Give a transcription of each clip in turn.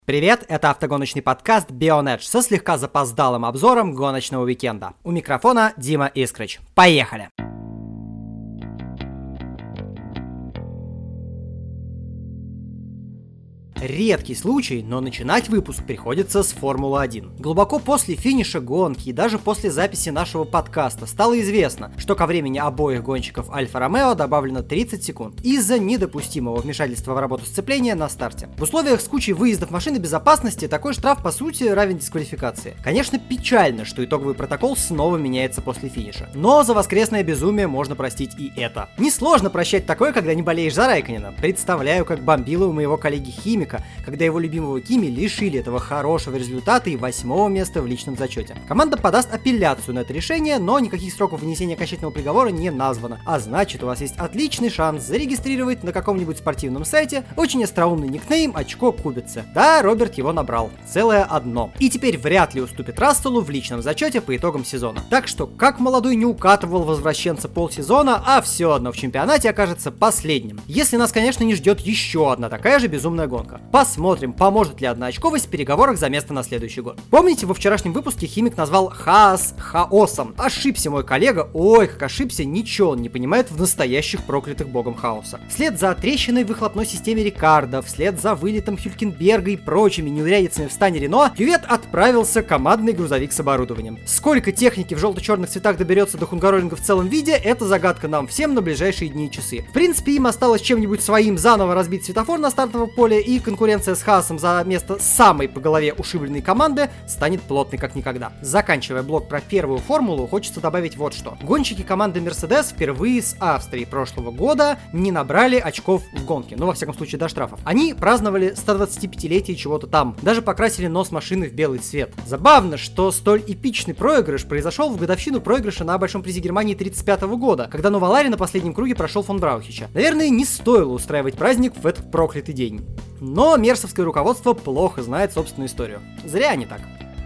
Привет, это автогоночный подкаст Bionedge со слегка запоздалым обзором гоночного уикенда. У микрофона Дима Искрыч. Поехали! Редкий случай, но начинать выпуск приходится с Формулы-1. Глубоко после финиша гонки и даже после записи нашего подкаста стало известно, что ко времени обоих гонщиков Альфа-Ромео добавлено 30 секунд из-за недопустимого вмешательства в работу сцепления на старте. В условиях с кучей выездов машины безопасности такой штраф по сути равен дисквалификации. Конечно, печально, что итоговый протокол снова меняется после финиша, но за воскресное безумие можно простить и это. Несложно прощать такое, когда не болеешь за Райконена. Представляю, как бомбило у моего коллеги-химика, когда его любимого Кими лишили этого хорошего результата и 8-го места в личном зачете. Команда подаст апелляцию на это решение, но никаких сроков вынесения окончательного приговора не названо. А значит, у вас есть отличный шанс зарегистрировать на каком-нибудь спортивном сайте очень остроумный никнейм «Очко Кубицы». Да, Роберт его набрал. Целое одно. И теперь вряд ли уступит Расселу в личном зачете по итогам сезона. Так что, как молодой не укатывал возвращенца полсезона, а все одно в чемпионате окажется последним. Если нас, конечно, не ждет еще одна такая же безумная гонка. Посмотрим, поможет ли одноочковость в переговорах за место на следующий год. Помните, во вчерашнем выпуске химик назвал Хаас хаосом? Ошибся мой коллега, ой, как ошибся, ничего он не понимает в настоящих проклятых богом хаоса. Вслед за трещиной в выхлопной системе Рикардо, вслед за вылетом Хюлькенберга и прочими неурядицами в стане Рено, кювет отправился командный грузовик с оборудованием. Сколько техники в желто-черных цветах доберется до Хунгароинга в целом виде, это загадка нам всем на ближайшие дни и часы. В принципе, им осталось чем-нибудь своим заново разбить светофор на стартовом поле, и конкуренция с Хаасом за место самой по голове ушибленной команды станет плотной как никогда. Заканчивая блок про первую формулу, хочется добавить вот что. Гонщики команды Mercedes впервые с Австрии прошлого года не набрали очков в гонке, ну во всяком случае до штрафов. Они праздновали 125-летие чего-то там, даже покрасили нос машины в белый цвет. Забавно, что столь эпичный проигрыш произошел в годовщину проигрыша на Большом призе Германии 1935 года, когда Новалари на последнем круге прошел фон Браухича. Наверное, не стоило устраивать праздник в этот проклятый день. Но мерсовское руководство плохо знает собственную историю. Зря они так.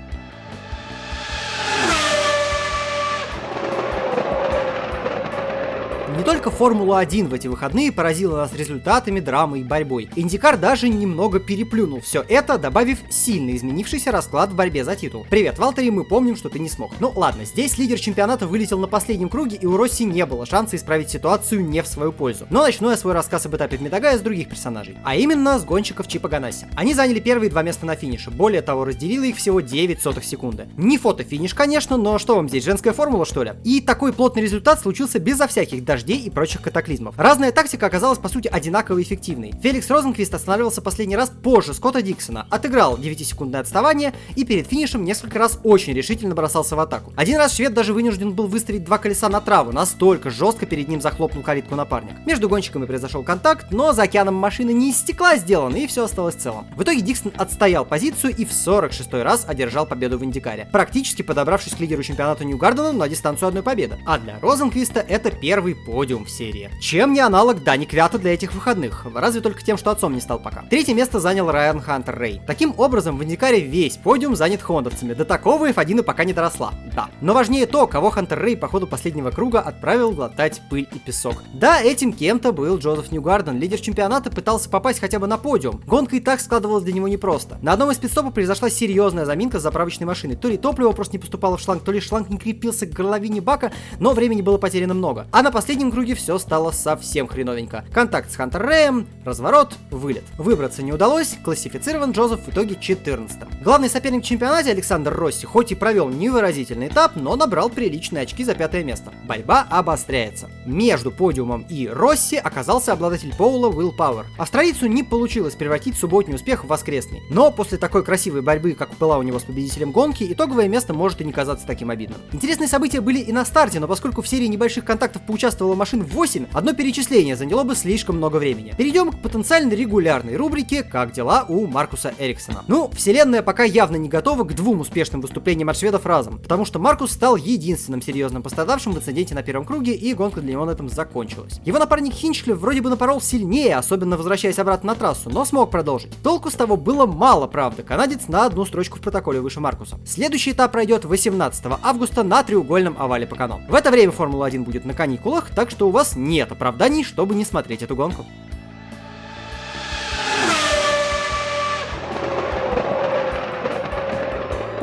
Не только Формула-1 в эти выходные поразила нас результатами, драмой и борьбой. IndyCar даже немного переплюнул все это, добавив сильно изменившийся расклад в борьбе за титул. Привет, Валтери, мы помним, что ты не смог. Ну ладно, здесь лидер чемпионата вылетел на последнем круге, и у Росси не было шанса исправить ситуацию не в свою пользу. Но начну я свой рассказ об этапе в Мидогае с других персонажей. А именно с гонщиков Чипа Ганасси. Они заняли первые два места на финише, более того, разделило их всего 0,09 секунды. Не фото-финиш, конечно, но что вам здесь, женская формула, что ли? И такой плотный результат случился безо всяких дождей и прочих катаклизмов. Разная тактика оказалась по сути одинаково эффективной. Феликс Розенквист останавливался последний раз позже Скотта Диксона, отыграл 9-секундное отставание и перед финишем несколько раз очень решительно бросался в атаку. Один раз швед даже вынужден был выставить два колеса на траву, настолько жестко перед ним захлопнул калитку напарник. Между гонщиками произошел контакт, но за океаном машина не из стекла сделана, и все осталось целым. В итоге Диксон отстоял позицию и в 46-й раз одержал победу в Индикаре, практически подобравшись к лидеру чемпионата Нью Гардену на дистанцию одной победы. А для Розенквиста это первый подиум в серии. Чем не аналог Дани Квята для этих выходных? Разве только тем, что отцом не стал пока. Третье место занял Райан Хантер-Рей. Таким образом, в Индикаре весь подиум занят хондовцами. До такого F1 пока не доросла. Да. Но важнее то, кого Хантер-Рей по ходу последнего круга отправил глотать пыль и песок. Да, этим кем-то был Джозеф Ньюгарден. Лидер чемпионата пытался попасть хотя бы на подиум. Гонка и так складывалась для него непросто. На одном из пит-стопов произошла серьезная заминка с заправочной машиной. То ли топливо просто не поступало в шланг, то ли шланг не крепился к горловине бака, но времени было потеряно много. А на последнем круге все стало совсем хреновенько. Контакт с Хантер Рэем, разворот, вылет. Выбраться не удалось, классифицирован Джозеф в итоге 14-м. Главный соперник в чемпионате Александр Росси хоть и провел невыразительный этап, но набрал приличные очки за 5-е место. Борьба обостряется. Между подиумом и Росси оказался обладатель пола Уилл Пауэр. Австралийцу не получилось превратить субботний успех в воскресный. Но после такой красивой борьбы, как была у него с победителем гонки, итоговое место может и не казаться таким обидным. Интересные события были и на старте, но поскольку в серии небольших контактов поучаствовало машин 8, одно перечисление заняло бы слишком много времени. Перейдем к потенциально регулярной рубрике «Как дела у Маркуса Эриксона?». Ну, вселенная пока явно не готова к двум успешным выступлениям от шведов разом, потому что Маркус стал единственным серьезным пострадавшим в инциденте на первом круге, и гонка для него на этом закончилась. Его напарник Хинчли вроде бы напорол сильнее, особенно возвращаясь обратно на трассу, но смог продолжить. Толку с того было мало, правда, канадец на одну строчку в протоколе выше Маркуса. Следующий этап пройдет 18 августа на треугольном овале Покано. В это время Формула-1 будет на каникулах, так что у вас нет оправданий, чтобы не смотреть эту гонку.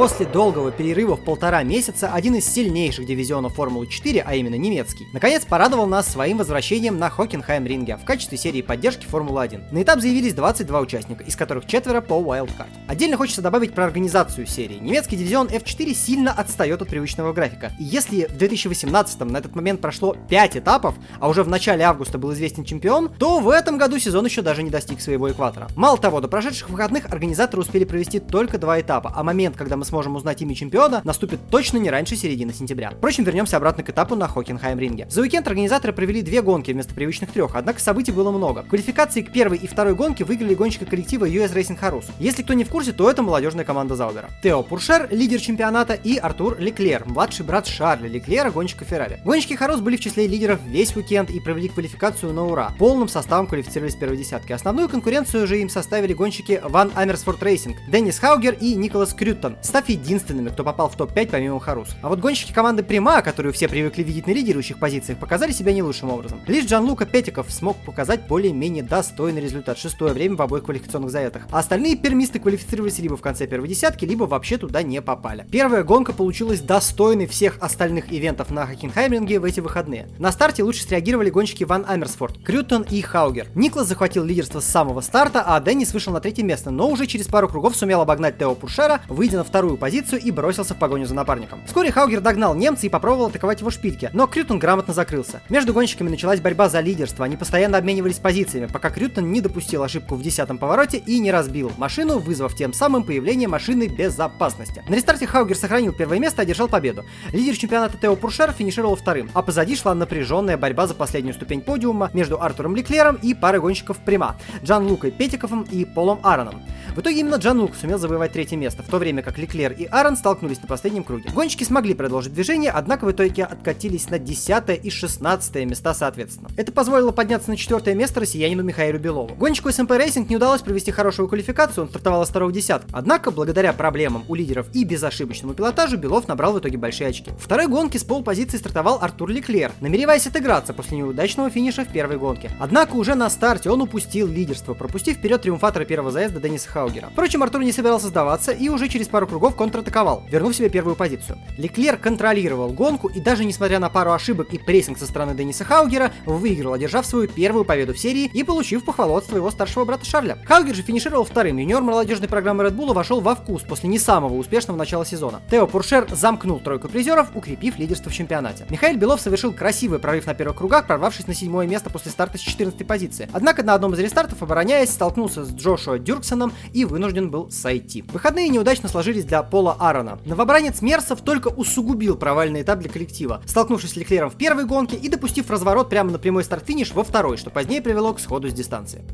После долгого перерыва в 1,5 месяца один из сильнейших дивизионов Формулы-4, а именно немецкий, наконец порадовал нас своим возвращением на Хокенхайм-ринге в качестве серии поддержки Формулы-1. На этап заявились 22 участника, из которых 4 по wildcard. Отдельно хочется добавить про организацию серии. Немецкий дивизион F4 сильно отстает от привычного графика. И если в 2018 на этот момент прошло 5 этапов, а уже в начале августа был известен чемпион, то в этом году сезон еще даже не достиг своего экватора. Мало того, до прошедших выходных организаторы успели провести только 2 этапа, а момент, когда мы сможем узнать имя чемпиона, наступит точно не раньше середины сентября. Впрочем, вернемся обратно к этапу на Хокенхайм-ринге. За уикенд организаторы провели 2 гонки вместо привычных 3, однако событий было много. В квалификации к первой и второй гонке выиграли гонщика коллектива US Racing Harus. Если кто не в курсе, то это молодежная команда Заубера. Тео Пуршер, лидер чемпионата, и Артур Леклер, младший брат Шарля Леклера, гонщика Феррари. Гонщики Харус были в числе лидеров весь уикенд и провели квалификацию на ура. Полным составом квалифицировались в первой десятке. Основную конкуренцию же им составили гонщики Ван Амерсфорд Рейсинг, Деннис Хаугер и Николас Крюттон, став единственными, кто попал в топ-5 помимо Харус. А вот гонщики команды Прима, которую все привыкли видеть на лидирующих позициях, показали себя не лучшим образом. Лишь Джанлука Петиков смог показать более-менее достойный результат, 6-е время в обоих квалификационных заездах. А остальные пермисты квалифицировались либо в конце первой десятки, либо вообще туда не попали. Первая гонка получилась достойной всех остальных ивентов на Хокенхайм-ринге в эти выходные. На старте лучше среагировали гонщики Ван Амерсфорд, Крюттон и Хаугер. Никлас захватил лидерство с самого старта, а Деннис вышел на 3-е место, но уже через пару кругов сумел обогнать Тео Пуршера, выйдя на 2-ю позицию и бросился в погоню за напарником. Вскоре Хаугер догнал немца и попробовал атаковать его шпильки, но Крюттон грамотно закрылся. Между гонщиками началась борьба за лидерство, они постоянно обменивались позициями, пока Крюттон не допустил ошибку в 10-м повороте и не разбил машину, вызвав тем самым появление машины безопасности. На рестарте Хаугер сохранил первое место и одержал победу. Лидер чемпионата Тео Пуршер финишировал 2-м, а позади шла напряженная борьба за последнюю ступень подиума между Артуром Леклером и парой гонщиков Прима, Джанлукой Петиковым и Полом Аароном. В итоге именно Джанлук сумел завоевать 3-е место, в то время как Леклер и Аарон столкнулись на последнем круге. Гонщики смогли продолжить движение, однако в итоге откатились на 10-е и 16-е места соответственно. Это позволило подняться на 4-е место россиянину Михаилу Белову. Гонщику СМП Рейсинг не удалось провести хорошую квалификацию, он стартовал с 2-го десятка. Однако, благодаря проблемам у лидеров и безошибочному пилотажу, Белов набрал в итоге большие очки. В второй гонке с полпозиции стартовал Артур Леклер, намереваясь отыграться после неудачного финиша в первой гонке. Однако уже на старте он упустил лидерство, пропустив вперед триумфатора первого заезда Денниса Хаугера. Впрочем, Артур не собирался сдаваться и уже через пару кругов контратаковал, вернув себе первую позицию. Леклер контролировал гонку и даже несмотря на пару ошибок и прессинг со стороны Денниса Хаугера, выиграл, одержав свою первую победу в серии и получив похвалу от своего старшего брата Шарля. Хаугер же финишировал 2-м, юниор молодежной программы Red Bull вошел во вкус после не самого успешного начала сезона. Тео Пуршер замкнул тройку призеров, укрепив лидерство в чемпионате. Михаил Белов совершил красивый прорыв на первых кругах, прорвавшись на 7-е место после старта с 14-й позиции. Однако на одном из рестартов, обороняясь, столкнулся с Джошуа Дюрксоном и вынужден был сойти. Выходные неудачно сложились для Пола Аарона. Новобранец Мерсов только усугубил провальный этап для коллектива, столкнувшись с Леклером в первой гонке и допустив разворот прямо на прямой старт-финиш во второй, что позднее привело к сходу с дистанции.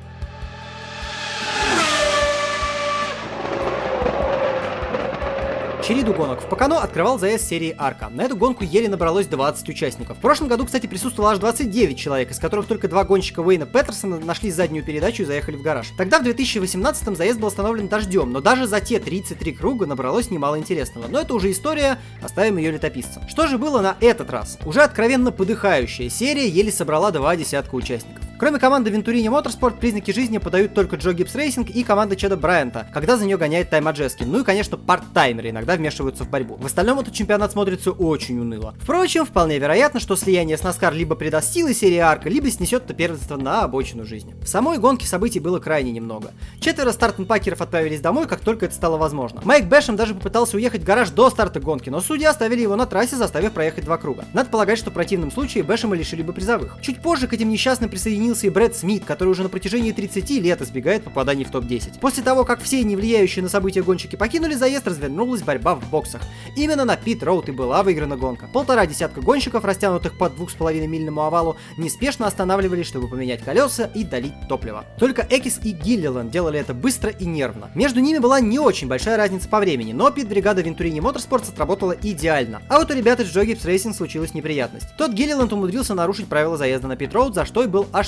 Череду гонок в Покано открывал заезд серии Арка. На эту гонку еле набралось 20 участников. В прошлом году, кстати, присутствовало аж 29 человек, из которых только 2 гонщика Уэйна Петерсона нашли заднюю передачу и заехали в гараж. Тогда в 2018-м заезд был остановлен дождем, но даже за те 33 круга набралось немало интересного. Но это уже история, оставим ее летописцам. Что же было на этот раз? Уже откровенно подыхающая серия еле собрала 20 участников. Кроме команды Venturini Motorsport, признаки жизни подают только Джо Гибс Рейсинг и команда Чеда Брайанта, когда за нее гоняет Тай Маджескин. Ну и, конечно, парт-таймеры иногда вмешиваются в борьбу. В остальном этот чемпионат смотрится очень уныло. Впрочем, вполне вероятно, что слияние с NASCAR либо придаст силы серии Арка, либо снесет это первенство на обочину жизни. В самой гонке событий было крайне немного. 4 стартенпакеров отправились домой, как только это стало возможно. Майк Бэшем даже попытался уехать в гараж до старта гонки, но судьи оставили его на трассе, заставив проехать 2 круга. Надо полагать, что в противном случае Бэшема лишили бы призовых. Чуть позже к этим несчастным присоединился и Брэд Смит, который уже на протяжении 30 лет избегает попаданий в топ-10. После того, как все не влияющие на события гонщики покинули заезд, развернулась борьба в боксах. Именно на пит-роуд и была выиграна гонка. 1,5 десятка гонщиков, растянутых по 2,5-мильному овалу, неспешно останавливались, чтобы поменять колеса и долить топливо. Только Экис и Гиллиланд делали это быстро и нервно. Между ними была не очень большая разница по времени, но пит-бригада Venturini Motorsport сработала идеально. А вот у ребят из Джо Гибс Racing случилась неприятность. Тот Гиллиланд умудрился нарушить правила заезда на пит-роуд, за что и был аж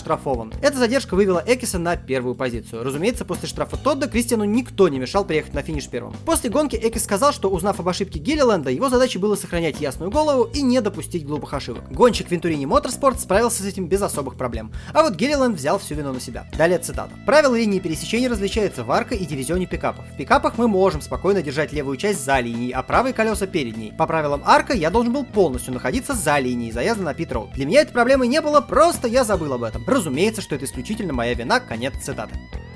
оштрафован. Эта задержка вывела Экиса на первую позицию. Разумеется, после штрафа Тодда Кристиану никто не мешал приехать на финиш первым. После гонки Экис сказал, что, узнав об ошибке Гиллиленда, его задачей было сохранять ясную голову и не допустить глупых ошибок. Гонщик Вентурини Motorsport справился с этим без особых проблем. А вот Гиллиленд взял всю вину на себя. Далее цитата. Правила линии пересечения различаются в арка и дивизионе пикапов. В пикапах мы можем спокойно держать левую часть за линией, а правые колеса перед ней. По правилам арка я должен был полностью находиться за линией заезда на пит-роуд. Для меня этой проблемы не было, просто я забыл об этом. Разумеется, что это исключительно моя вина, конец цитаты.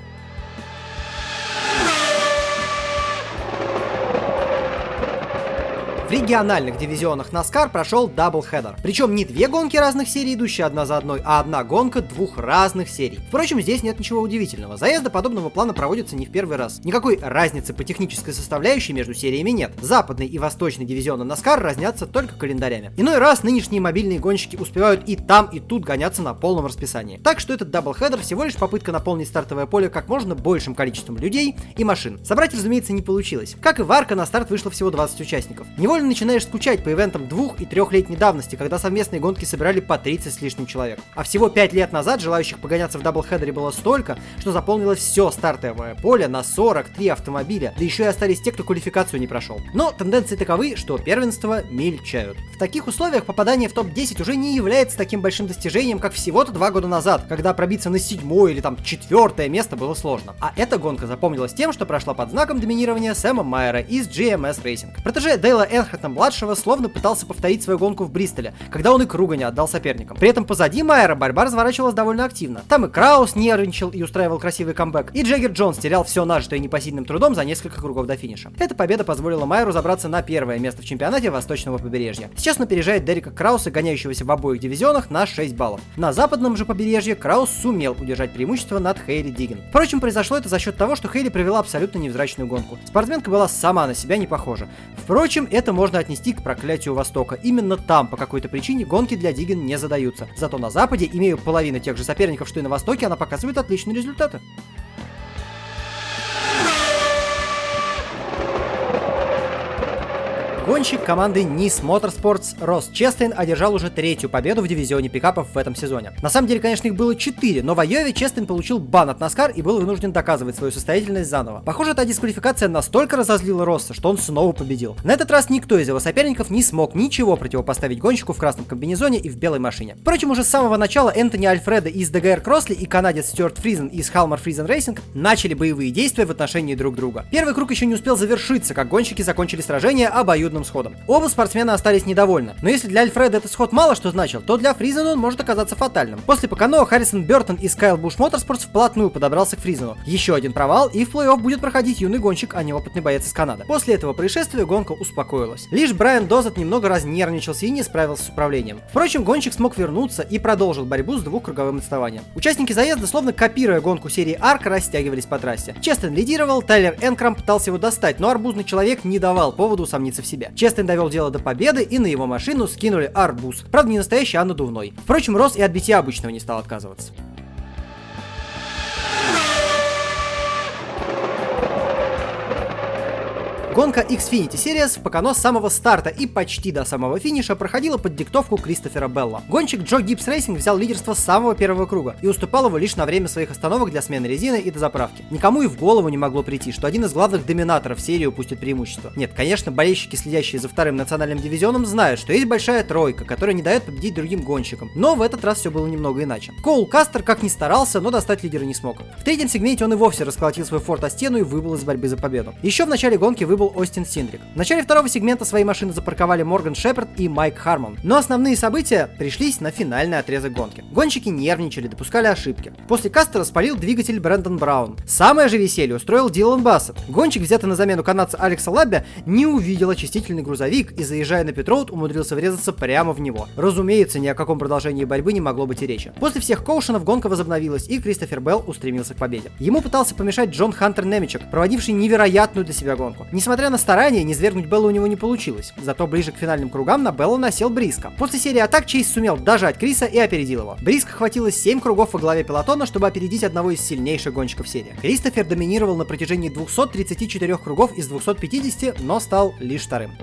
В региональных дивизионах NASCAR прошел даблхедер. Причем не две гонки разных серий, идущие одна за одной, а одна гонка двух разных серий. Впрочем, здесь нет ничего удивительного. Заезды подобного плана проводятся не в первый раз. Никакой разницы по технической составляющей между сериями нет. Западный и восточный дивизионы NASCAR разнятся только календарями. Иной раз нынешние мобильные гонщики успевают и там, и тут гоняться на полном расписании. Так что этот даблхедер всего лишь попытка наполнить стартовое поле как можно большим количеством людей и машин. Собрать, разумеется, не получилось. Как и в арка, на старт вышло всего 20 участников. Невольно начинаешь скучать по ивентам 2- и 3-летней давности, когда совместные гонки собирали по 30 с лишним человек. А всего 5 лет назад желающих погоняться в даблхедере было столько, что заполнилось все стартовое поле на 43 автомобиля, да еще и остались те, кто квалификацию не прошел. Но тенденции таковы, что первенства мельчают. В таких условиях попадание в топ-10 уже не является таким большим достижением, как всего-то 2 года назад, когда пробиться на 7-е или там 4-е место было сложно. А эта гонка запомнилась тем, что прошла под знаком доминирования Сэма Майера из GMS Racing. Протеже Дейла Энхарта-младшего словно пытался повторить свою гонку в Бристоле, когда он и круга не отдал соперникам. При этом позади Майера борьба разворачивалась довольно активно. Там и Краус нервничал и устраивал красивый камбэк, и Джаггер Джонс терял все нажитое непосильным трудом за несколько кругов до финиша. Эта победа позволила Майеру забраться на первое место в чемпионате Восточного побережья. Сейчас он опережает Дерека Крауса, гоняющегося в обоих дивизионах, на 6 баллов. На западном же побережье Краус сумел удержать преимущество над Хейли Диггин. Впрочем, произошло это за счет того, что Хейли провела абсолютно невзрачную гонку. Спортсменка была сама на себя не похожа. Впрочем, это можно отнести к проклятию Востока. Именно там по какой-то причине гонки для Диггин не задаются. Зато на Западе, имея половину тех же соперников, что и на Востоке, она показывает отличные результаты. Гонщик команды NIS Motorsports Росс Честейн одержал уже 3-ю победу в дивизионе пикапов в этом сезоне. На самом деле, конечно, их было 4, но в Айове Честейн получил бан от NASCAR и был вынужден доказывать свою состоятельность заново. Похоже, та дисквалификация настолько разозлила Росса, что он снова победил. На этот раз никто из его соперников не смог ничего противопоставить гонщику в красном комбинезоне и в белой машине. Впрочем, уже с самого начала Энтони Альфредо из ДГР Кросли и канадец Стюарт Фризен из Халмар Фризен Racing начали боевые действия в отношении друг друга. Первый круг еще не успел завершиться, как гонщики закончили сражение обоюдным сходом. Оба спортсмена остались недовольны, но если для Альфреда этот сход мало что значил, то для Фризена он может оказаться фатальным. После Покано Харрисон Бёртон из Кайл Буш Motorsports вплотную подобрался к Фризену. Еще один провал, и в плей-офф будет проходить юный гонщик, а не опытный боец из Канады. После этого происшествия гонка успокоилась. Лишь Брайан Дозет немного разнервничался и не справился с управлением. Впрочем, гонщик смог вернуться и продолжил борьбу с двухкруговым отставанием. Участники заезда, словно копируя гонку серии Арк, растягивались по трассе. Честейн лидировал, Тайлер Энкрам пытался его достать, но арбузный человек не давал поводу усомниться в себе. Честейн довел дело до победы, и на его машину скинули арбуз. Правда, не настоящий, а надувной. Впрочем, Росс и от битья обычного не стал отказываться. Гонка Xfinity Series в Покано с самого старта и почти до самого финиша проходила под диктовку Кристофера Белла. Гонщик Джо Гибс Рейсинг взял лидерство с самого первого круга и уступал его лишь на время своих остановок для смены резины и дозаправки. Никому и в голову не могло прийти, что один из главных доминаторов серии упустит преимущество. Нет, конечно, болельщики, следящие за вторым национальным дивизионом, знают, что есть большая тройка, которая не дает победить другим гонщикам. Но в этот раз все было немного иначе. Коул Кастер как ни старался, но достать лидера не смог. В третьем сегменте он и вовсе расколотил свой форт о стену и выбыл из борьбы за победу. Еще в начале гонки выбыл Остин Синдрик. В начале второго сегмента свои машины запарковали Морган Шепард и Майк Хармон. Но основные события пришлись на финальный отрезок гонки. Гонщики нервничали, допускали ошибки. После Кастера спалил двигатель Брэндон Браун. Самое же веселье устроил Дилан Бассет. Гонщик, взятый на замену канадца Алекса Лабби, не увидел очистительный грузовик и, заезжая на пит-роуд, умудрился врезаться прямо в него. Разумеется, ни о каком продолжении борьбы не могло быть и речи. После всех коушенов гонка возобновилась, и Кристофер Белл устремился к победе. Ему пытался помешать Джон Хантер Немичек, проводивший невероятную для себя гонку. Несмотря на старания, низвергнуть Белла у него не получилось. Зато ближе к финальным кругам на Белла насел Бриско. После серии атак Чейз сумел дожать Криса и опередил его. Бриско хватило 7 кругов во главе пелотона, чтобы опередить одного из сильнейших гонщиков серии. Кристофер доминировал на протяжении 234 кругов из 250, но стал лишь вторым.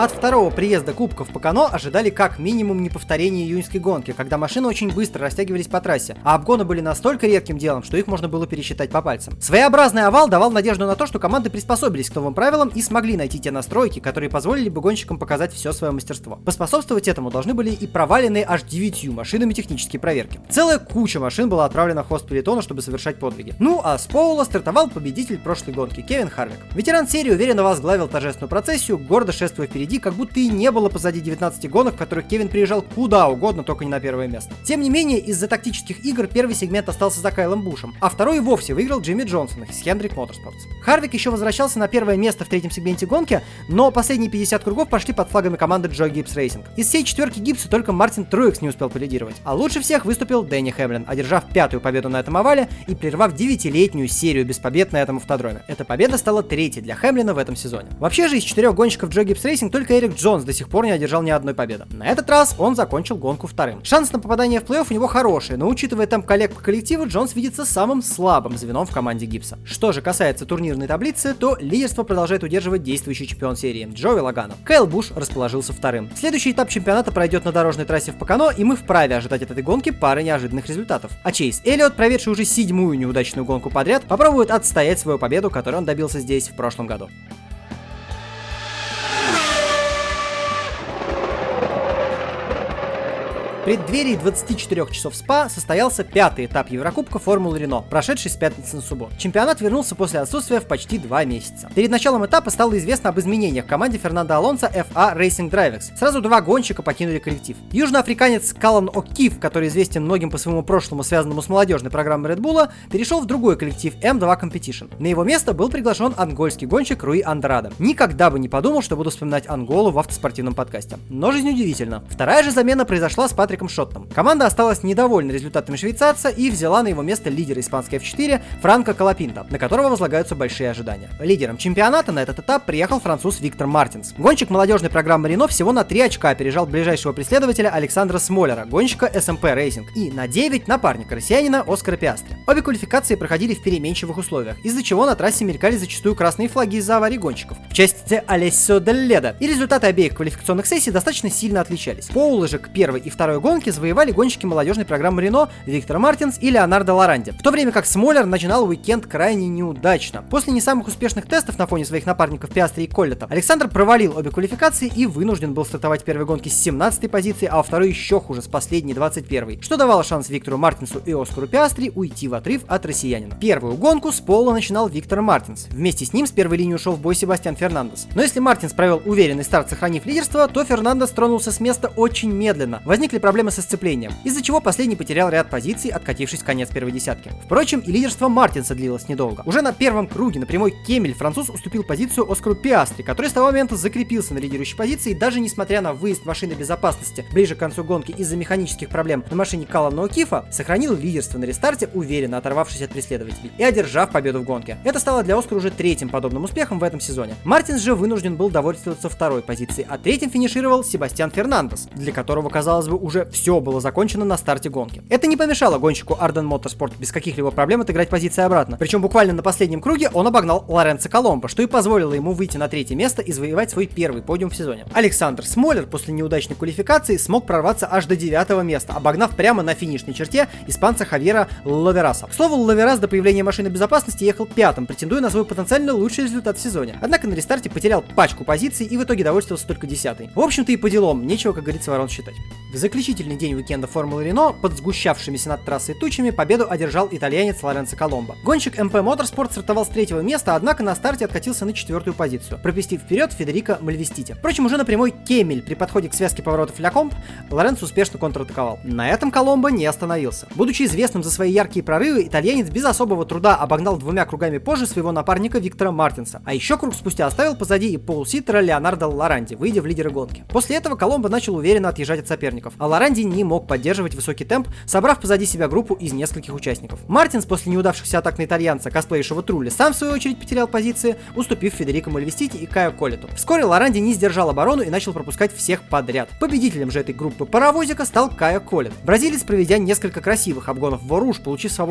От второго приезда кубков по Кано ожидали как минимум неповторения июньской гонки, когда машины очень быстро растягивались по трассе, а обгоны были настолько редким делом, что их можно было пересчитать по пальцам. Своеобразный овал давал надежду на то, что команды приспособились к новым правилам и смогли найти те настройки, которые позволили бы гонщикам показать все свое мастерство. Поспособствовать этому должны были и проваленные аж 9 машинами технические проверки. Целая куча машин была отправлена в хвост пелотона, чтобы совершать подвиги. Ну а с Поула стартовал победитель прошлой гонки Кевин Харвик. Ветеран серии уверенно возглавил торжественную процессию, гордо шествуя впереди, как будто и не было позади 19 гонок, в которых Кевин приезжал куда угодно, только не на первое место. Тем не менее, из-за тактических игр первый сегмент остался за Кайлом Бушем, а второй и вовсе выиграл Джимми Джонсон из Hendrick Motorsports. Харвик еще возвращался на первое место в третьем сегменте гонки, но последние 50 кругов пошли под флагами команды Joe Gibbs Racing. Из всей четверки Гибса только Мартин Труекс не успел полидировать, а лучше всех выступил Дэнни Хэмлин, одержав 5-ю победу на этом овале и прервав 9-летнюю серию без побед на этом автодроме. Эта победа стала третьей для Хэмлина в этом сезоне. Вообще же из 4 гонщиков Joe Gibbs Racing только Эрик Джонс до сих пор не одержал ни одной победы. На этот раз он закончил гонку вторым. Шанс на попадание в плей-офф у него хороший, но учитывая темп коллег по коллективу, Джонс видится самым слабым звеном в команде Гибса. Что же касается турнирной таблицы, то лидерство продолжает удерживать действующий чемпион серии Джоуи Лагано. Кайл Буш расположился вторым. Следующий этап чемпионата пройдет на дорожной трассе в Покано, и мы вправе ожидать от этой гонки пары неожиданных результатов. А Чейз Эллиот, проведший уже 7-ю неудачную гонку подряд, попробует отстоять свою победу, которую он добился здесь в прошлом году. В преддверии 24 часов СПА состоялся 5-й этап Еврокубка Формулы Рено, прошедший с пятницы на субботу. Чемпионат вернулся после отсутствия в почти 2 месяца. Перед началом этапа стало известно об изменениях в команде Фернандо Алонсо FA Racing Drivex. Сразу 2 гонщика покинули коллектив. Южноафриканец Каллан О'Кифф, который известен многим по своему прошлому, связанному с молодежной программой Red Bull, перешел в другой коллектив M2 Competition. На его место был приглашен ангольский гонщик Руи Андрадо. Никогда бы не подумал, что буду вспоминать Анголу в автоспортивном подкасте. Но жизнь удивительна. Вторая же замена произошла с Патриком Шоттом. Команда осталась недовольна результатами швейцарца и взяла на его место лидера испанской F4 Франко Колопинто, на которого возлагаются большие ожидания. Лидером чемпионата на этот этап приехал француз Виктор Мартинс. Гонщик молодежной программы Рено всего на 3 очка опережал ближайшего преследователя Александра Смолера, гонщика SMP Racing, и на 9 напарника россиянина Оскара Пиастри. Обе квалификации проходили в переменчивых условиях, из-за чего на трассе мелькали зачастую красные флаги из-за аварий гонщиков, в части Алессио Дель Ледо, и результаты обеих квалификационных сессий достаточно сильно отличались. Поулы же к первой и второй гонке завоевали гонщики молодежной программы Рено Виктор Мартинс и Леонардо Лоранди, в то время как Смолер начинал уикенд крайне неудачно. После не самых успешных тестов на фоне своих напарников Пиастри и Коллета, Александр провалил обе квалификации и вынужден был стартовать в первой гонке с 17-й позиции, а во второй еще хуже, с последней 21-й, что давало шанс Виктору Мартинсу и Оскару Пиастри уйти в отрыв от россиянина. Первую гонку с пола начинал Виктор Мартинс. Вместе с ним с первой линии ушел в бой Себастьян Фернандес. Но если Мартинс провел уверенный старт, сохранив лидерство, то Фернандес тронулся с места очень медленно. Возникли проблемы со сцеплением, из-за чего последний потерял ряд позиций, откатившись в конец первой десятки. Впрочем, и лидерство Мартинса длилось недолго. Уже на первом круге на прямой Кемель француз уступил позицию Оскару Пиастри, который с того момента закрепился на лидирующей позиции, и даже несмотря на выезд машины безопасности ближе к концу гонки из-за механических проблем на машине Каллана О'Киффа, сохранил лидерство на рестарте, уверенно оторвавшись от преследователей и одержав победу в гонке. Это стало для Оскара уже 3-м подобным успехом в этом сезоне. Мартинс же вынужден был довольствоваться второй позицией, а 3-м финишировал Себастьян Фернандес, для которого, казалось бы, уже все было закончено на старте гонки. Это не помешало гонщику Ardent Motorsport без каких-либо проблем отыграть позиции обратно. Причем буквально на последнем круге он обогнал Лоренцо Коломбо, что и позволило ему выйти на 3-е место и завоевать свой первый подиум в сезоне. Александр Смолер после неудачной квалификации смог прорваться аж до 9-го места, обогнав прямо на финишной черте испанца Хавьера Лавераса. К слову, Лаверас до появления машины безопасности ехал 5-м, претендуя на свой потенциально лучший результат в сезоне. Однако на рестарте потерял пачку позиций и в итоге довольствовался только 10-й. В общем-то и по делам, нечего, как говорится, ворон считать. В заключительный день уикенда Формулы Рено под сгущавшимися над трассой тучами победу одержал итальянец Лоренцо Коломбо. Гонщик MP Motorsport стартовал с 3-го места, однако на старте откатился на 4-ю позицию, пропустив вперед Федерико Мальвестити. Впрочем, уже на прямой Кемель при подходе к связке поворотов Ля Комб Лоренцо успешно контратаковал. На этом Коломбо не остановился. Будучи известным за свои яркие прорывы, итальянец без особого труда обогнал 2 кругами позже своего напарника Виктора Мартинса, а еще круг спустя оставил позади и полуситера Леонардо Лоранди, выйдя в лидеры гонки. После этого Коломбо начал уверенно отъезжать от соперников, а Лоранди не мог поддерживать высокий темп, собрав позади себя группу из нескольких участников. Мартинс после неудавшихся атак на итальянца, косплеившего Трулли, сам в свою очередь потерял позиции, уступив Федерико Мальвестити и Кайо Коллету. Вскоре Лоранди не сдержал оборону и начал пропускать всех подряд. Победителем же этой группы паровозика стал Кайо Коллет. Бразилец, проведя несколько красивых обгонов в Воруж, получив свободное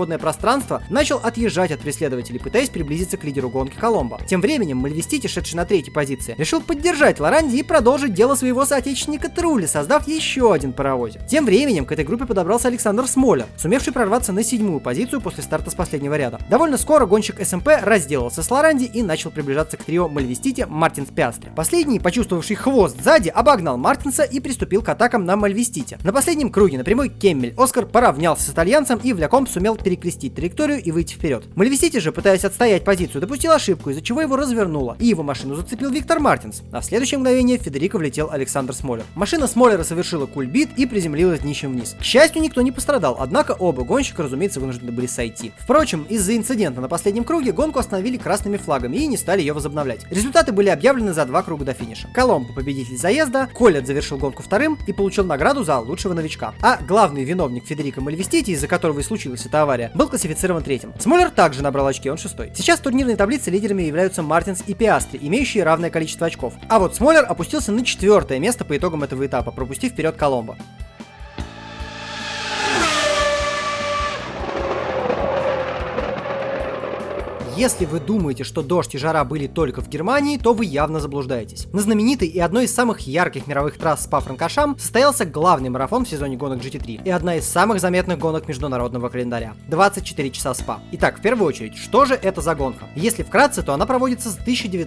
свободное пространство, начал отъезжать от преследователей, пытаясь приблизиться к лидеру гонки Коломбо. Тем временем Мальвестити, шедший на 3-й позиции, решил поддержать Лоранди и продолжить дело своего соотечественника Трули, создав еще один паровозик. Тем временем к этой группе подобрался Александр Смолер, сумевший прорваться на 7-ю позицию после старта с последнего ряда. Довольно скоро гонщик СМП разделался с Лоранди и начал приближаться к трио Мальвестити, Мартинс, Пиастри. Последний, почувствовавший хвост сзади, обогнал Мартинса и приступил к атакам на Мальвестити. На последнем круге на прямой Кеммель Оскар поравнялся с итальянцем и вляком сумел перекрестить траекторию и выйти вперед. Мальвестити же, пытаясь отстоять позицию, допустил ошибку, из-за чего его развернуло, и его машину зацепил Виктор Мартинс. А в следующее мгновение в Федерико влетел Александр Смолер. Машина Смолера совершила кульбит и приземлилась днищем вниз. К счастью, никто не пострадал, однако оба гонщика, разумеется, вынуждены были сойти. Впрочем, из-за инцидента на последнем круге гонку остановили красными флагами и не стали ее возобновлять. Результаты были объявлены за 2 круга до финиша. Коломбо — победитель заезда, Коллет завершил гонку вторым и получил награду за лучшего новичка. А главный виновник Федерико Мальвестити, из-за которого и случилась эта авария, был классифицирован 3-м. Смолер также набрал очки, он 6-й. Сейчас в турнирной таблице лидерами являются Мартинс и Пиастри, имеющие равное количество очков. А вот Смолер опустился на 4-е место по итогам этого этапа, пропустив вперед Коломбо. Если вы думаете, что дождь и жара были только в Германии, то вы явно заблуждаетесь. На знаменитой и одной из самых ярких мировых трасс Спа-Франкошам состоялся главный марафон в сезоне гонок GT3 и одна из самых заметных гонок международного календаря – 24 часа СПА. Итак, в первую очередь, что же это за гонка? Если вкратце, то она проводится с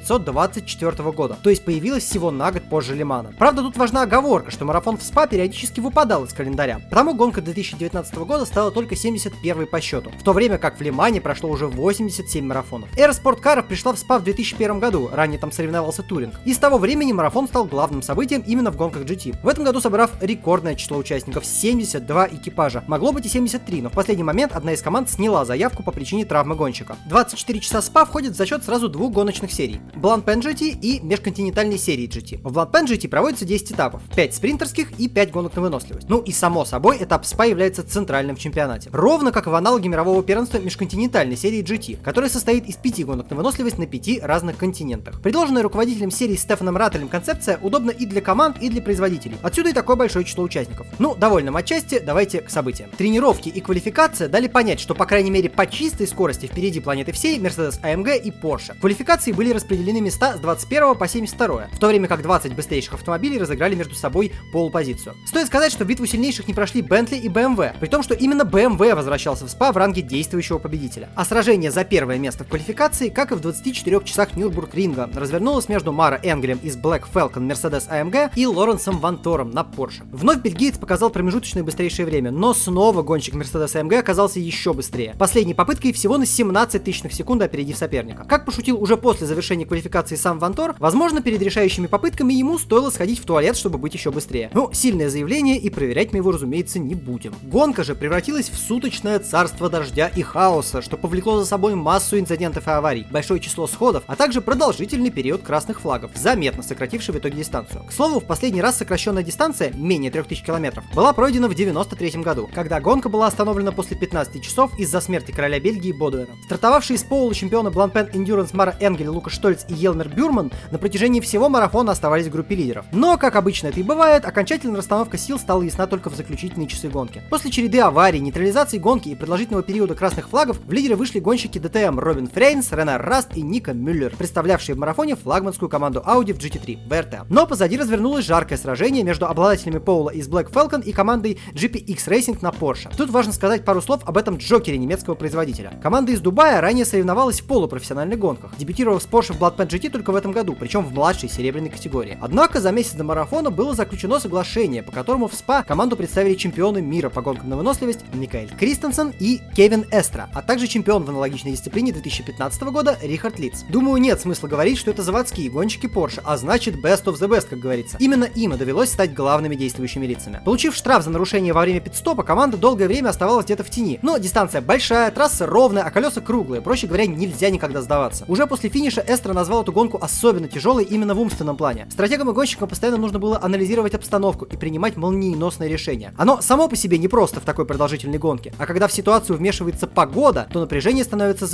1924 года, то есть появилась всего на год позже Лимана. Правда, тут важна оговорка, что марафон в СПА периодически выпадал из календаря, потому гонка 2019 года стала только 71-й по счету, в то время как в Лимане прошло уже 87 марафонов. Эра спорткаров пришла в СПА в 2001 году, ранее там соревновался Туринг, и с того времени марафон стал главным событием именно в гонках GT. В этом году собрав рекордное число участников — 72 экипажа. Могло быть и 73, но в последний момент одна из команд сняла заявку по причине травмы гонщика. 24 часа СПА входит в зачет сразу 2 гоночных серий — Blancpain GT и межконтинентальной серии GT. В Blancpain GT проводится 10 этапов, 5 спринтерских и 5 гонок на выносливость. Ну и само собой, этап СПА является центральным в чемпионате. Ровно как в аналоге мирового первенства межконтинентальной серии GT, которая состоит из 5 гонок на выносливость на 5 разных континентах. Предложенная руководителем серии Стефаном Раттелем концепция удобна и для команд, и для производителей. Отсюда и такое большое число участников. Ну, довольно матчасти, давайте к событиям. Тренировки и квалификация дали понять, что по крайней мере по чистой скорости впереди планеты всей Mercedes AMG и Porsche. В квалификации были распределены места с 21 по 72, в то время как 20 быстрейших автомобилей разыграли между собой полупозицию. Стоит сказать, что битву сильнейших не прошли Bentley и BMW, при том, что именно BMW возвращался в СПА в ранге действующего победителя. А сражение за первое место в квалификации, как и в 24 часах Нюрбургринга, развернулось между Маро Энгелем из Black Falcon Mercedes AMG и Лоренсом Вантором на Porsche. Вновь бельгиец показал промежуточное быстрейшее время, но снова гонщик Mercedes AMG оказался еще быстрее. Последней попыткой всего на 17 тысячных секунды опередив соперника. Как пошутил уже после завершения квалификации сам Вантор, возможно, перед решающими попытками ему стоило сходить в туалет, чтобы быть еще быстрее. Ну, сильное заявление, и проверять мы его, разумеется, не будем. Гонка же превратилась в суточное царство дождя и хаоса, что повлекло за собой массу инцидентов и аварий, большое число сходов, а также продолжительный период красных флагов, заметно сокративший в итоге дистанцию. К слову, в последний раз сокращенная дистанция, менее 3000 километров, была пройдена в 93 году, когда гонка была остановлена после 15 часов из-за смерти короля Бельгии Бодуэна. Стартовавшие с пола чемпиона Blancpain Endurance Маро Энгель, Лука Штольц и Елмер Бюрман на протяжении всего марафона оставались в группе лидеров. Но, как обычно это и бывает, окончательная расстановка сил стала ясна только в заключительные часы гонки. После череды аварий, нейтрализации гонки и продолжительного периода красных флагов в лидеры вышли гонщики ДТМ Робин Фрейнс, Ренар Раст и Ника Мюллер, представлявшие в марафоне флагманскую команду Audi в GT3 ВРТ. Но позади развернулось жаркое сражение между обладателями пола из Black Falcon и командой GPX Racing на Porsche. Тут важно сказать пару слов об этом джокере немецкого производителя. Команда из Дубая ранее соревновалась в полупрофессиональных гонках, дебютировав с Porsche в Blancpain GT только в этом году, причем в младшей серебряной категории. Однако за месяц до марафона было заключено соглашение, по которому в СПА команду представили чемпионы мира по гонкам на выносливость Микаэль Кристенсен и Кевин Эстра, а также чемпион в аналогичной дисциплине 2015 года Рихард Литц. Думаю, нет смысла говорить, что это заводские гонщики Porsche, а значит best of the best, как говорится. Именно им и довелось стать главными действующими лицами. Получив штраф за нарушение во время пит-стопа, команда долгое время оставалась где-то в тени. Но дистанция большая, трасса ровная, а колеса круглые. Проще говоря, нельзя никогда сдаваться. Уже после финиша Эстра назвал эту гонку особенно тяжелой именно в умственном плане. Стратегам и гонщикам постоянно нужно было анализировать обстановку и принимать молниеносные решения. Оно само по себе не просто в такой продолжительной гонке, а когда в ситуацию вмешивается погода, то напряжение становится запредельным.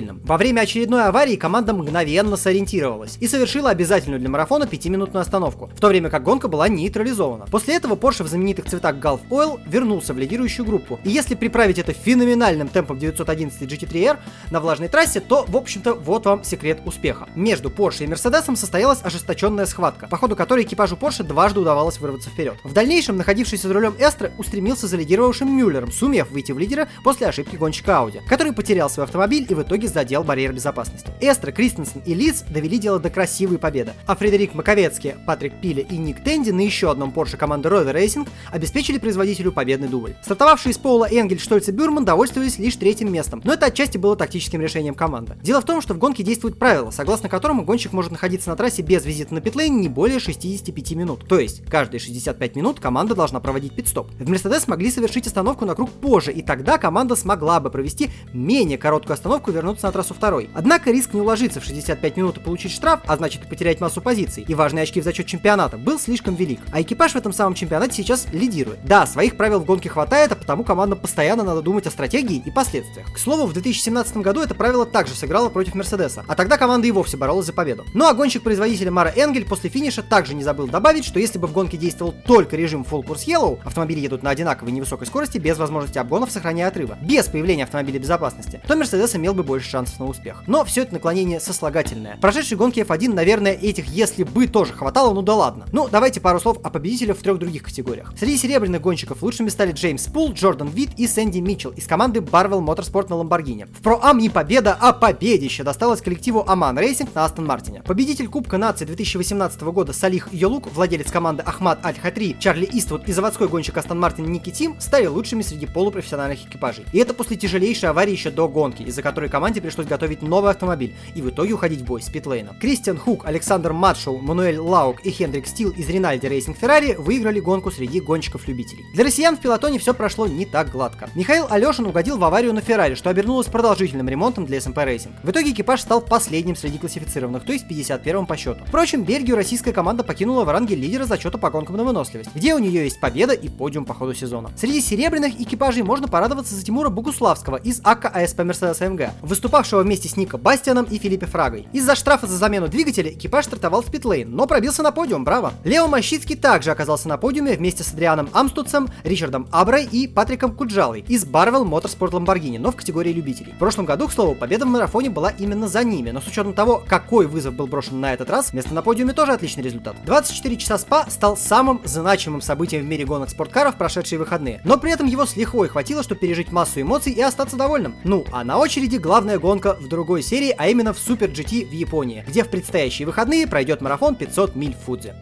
спокойным. Во время очередной аварии команда мгновенно сориентировалась и совершила обязательную для марафона 5-минутную остановку, в то время как гонка была нейтрализована. После этого Porsche в знаменитых цветах Gulf Oil вернулся в лидирующую группу. И если приправить это феноменальным темпом 911 GT3R на влажной трассе, то, в общем-то, вот вам секрет успеха. Между Porsche и Mercedes состоялась ожесточенная схватка, по ходу которой экипажу Porsche дважды удавалось вырваться вперед. В дальнейшем находившийся за рулем Эстре устремился за лидировавшим Мюллером, сумев выйти в лидера после ошибки гонщика Audi, который потерял свой автомобиль и в итоге задел барьер безопасности. Эстре, Кристенсен и Лидс довели дело до красивой победы, а Фредерик Маковецкий, Патрик Пиле и Ник Тенди на еще одном Porsche команды Rover Racing обеспечили производителю победный дубль. Стартовавшие из Поула Энгель, Штольц и Бюрман довольствовались лишь третьим местом, но это отчасти было тактическим решением команды. Дело в том, что в гонке действует правило, согласно которому гонщик может находиться на трассе без визита на питлейн не более 65 минут. То есть, каждые 65 минут команда должна проводить пит-стоп. В Mercedes могли совершить остановку на круг позже, и тогда команда смогла бы провести менее короткую остановку и вернуться на трассу второй. Однако риск не уложиться в 65 минут и получить штраф, а значит и потерять массу позиций, и важные очки в зачет чемпионата, был слишком велик. А экипаж в этом самом чемпионате сейчас лидирует. Да, своих правил в гонке хватает, а потому командам постоянно надо думать о стратегии и последствиях. К слову, в 2017 году это правило также сыграло против Мерседеса, а тогда команда и вовсе боролась за победу. Ну а гонщик-производителя Мара Энгель после финиша также не забыл добавить, что если бы в гонке действовал только режим Full Course Yellow, автомобили едут на одинаковой невысокой скорости без возможности обгонов, сохраняя отрыва, без появления автомобиля безопасности, то Мерседес имел бы больше шансов на успех. Но все это наклонение сослагательное. В прошедшей гонке F1, наверное, этих «если бы» тоже хватало, ну да ладно. Ну, давайте пару слов о победителях в трех других категориях. Среди серебряных гонщиков лучшими стали Джеймс Пул, Джордан Вит и Сэнди Митчелл из команды Barwell Motorsport на Lamborghini. В Pro-Am не победа, а победище досталось коллективу Aman Racing на Астон Мартине. Победитель Кубка нации 2018 года Салих Йолук, владелец команды Ахмад Аль-Хатри, Чарли Иствуд и заводской гонщик Астон Мартин Ники Тим стали лучшими среди полупрофессиональных экипажей. И это после тяжелейшей аварии еще до гонки, из-за которой команде пришлось готовить новый автомобиль и в итоге уходить в бой с питлейном. Кристиан Хук, Александр Матшоу, Мануэль Лаук и Хендрик Стил из Ринальди Racing Ferrari выиграли гонку среди гонщиков-любителей. Для россиян в пелотоне все прошло не так гладко. Михаил Алешин угодил в аварию на Феррари, что обернулось продолжительным ремонтом для SMP Racing. В итоге экипаж стал последним среди классифицированных, то есть 51-м по счету. Впрочем, Бельгию российская команда покинула в ранге лидера зачета по гонкам на выносливость, где у нее есть победа и подиум по ходу сезона. Среди серебряных экипажей можно порадоваться за Тимура Богуславского из АКК АСП Mercedes AMG, выступавшего вместе с Нико Бастианом и Филиппе Фрагой. Из-за штрафа за замену двигателя экипаж стартовал с питлейн, но пробился на подиум, браво! Лео Мощицкий также оказался на подиуме вместе с Адрианом Амстутцем, Ричардом Аброй и Патриком Куджалой из Barwell Motorsport Lamborghini, но в категории любителей. В прошлом году, к слову, победа в марафоне была именно за ними, но с учетом того, какой вызов был брошен на этот раз, место на подиуме тоже отличный результат. 24 часа СПА стал самым значимым событием в мире гонок спорткаров в прошедшие выходные, но при этом его с лихвой хватило, чтобы пережить массу эмоций и остаться довольным. Ну, а на очереди главная гонка в другой серии, а именно в Super GT в Японии, где в предстоящие выходные пройдет марафон 500 миль в Фудзи.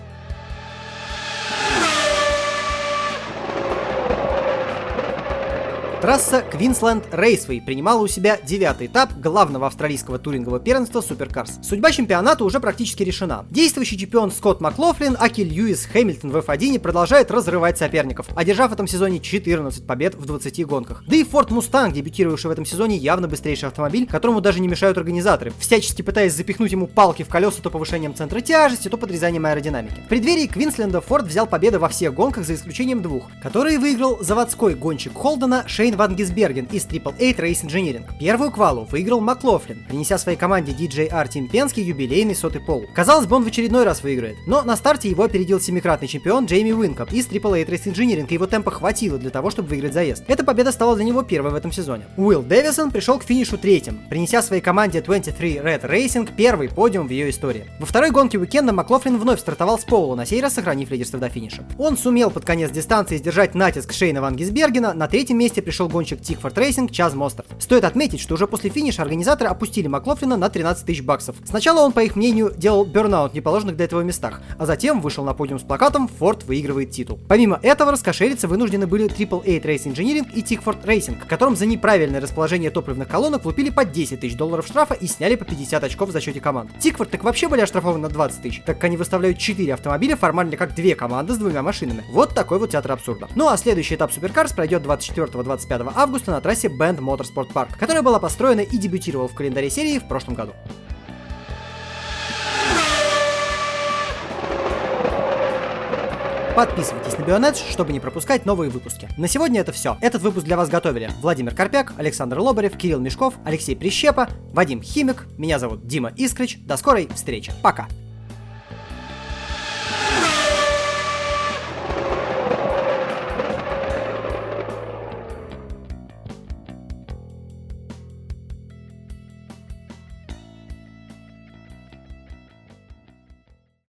Трасса Queensland Raceway принимала у себя 9-й этап главного австралийского турингового первенства Supercars. Судьба чемпионата уже практически решена. Действующий чемпион Скотт Маклофлин, аки Льюис Хэмилтон в F1 продолжает разрывать соперников, одержав в этом сезоне 14 побед в 20 гонках. Да и Ford Mustang, дебютировавший в этом сезоне, явно быстрейший автомобиль, которому даже не мешают организаторы, всячески пытаясь запихнуть ему палки в колеса то повышением центра тяжести, то подрезанием аэродинамики. В преддверии Квинсленда Ford взял победы во всех гонках за исключением двух, которые выиграл заводской гонщик Холдена Шейн Ван Гисберген из AAA Race Engineering. Первую квалу выиграл Маклофлин, принеся своей команде DJR Team Penske юбилейный 100-й пол. Казалось бы, он в очередной раз выиграет, но на старте его опередил семикратный чемпион Джейми Уинкоп из AAA Race Engineering, и его темпа хватило для того, чтобы выиграть заезд. Эта победа стала для него первой в этом сезоне. Уилл Дэвисон пришел к финишу третьим, принеся своей команде 23 Red Racing первый подиум в ее истории. Во второй гонке уикенда Маклофлин вновь стартовал с пола, на сей раз сохранив лидерство до финиша. Он сумел под конец дистанции сдержать натиск Шейна Ван Гисбергена, на третьем месте пришел гонщик Тикфорд Racing Чаз Мостард. Стоит отметить, что уже после финиша организаторы опустили Маклофлина на 13 тысяч баксов. Сначала он, по их мнению, делал бёрнаут в неположенных для этого местах, а затем вышел на подиум с плакатом «Форд выигрывает титул». Помимо этого, раскошелиться вынуждены были AAA Race Engineering и Тикфорд Racing, которым за неправильное расположение топливных колонок влупили по 10 тысяч долларов штрафа и сняли по 50 очков в зачете команд. Тикфорд так вообще были оштрафованы на 20 тысяч, так как они выставляют 4 автомобиля формально как две команды с двумя машинами. Вот такой вот театр абсурда. Ну а следующий этап Supercars пройдет 24-25 августа на трассе Bend Motorsport Park, которая была построена и дебютировала в календаре серии в прошлом году. Подписывайтесь на Бионедж, чтобы не пропускать новые выпуски. На сегодня это все. Этот выпуск для вас готовили Владимир Карпяк, Александр Лобарев, Кирилл Мешков, Алексей Прищепа, Вадим Химик. Меня зовут Дима Искрич. До скорой встречи. Пока.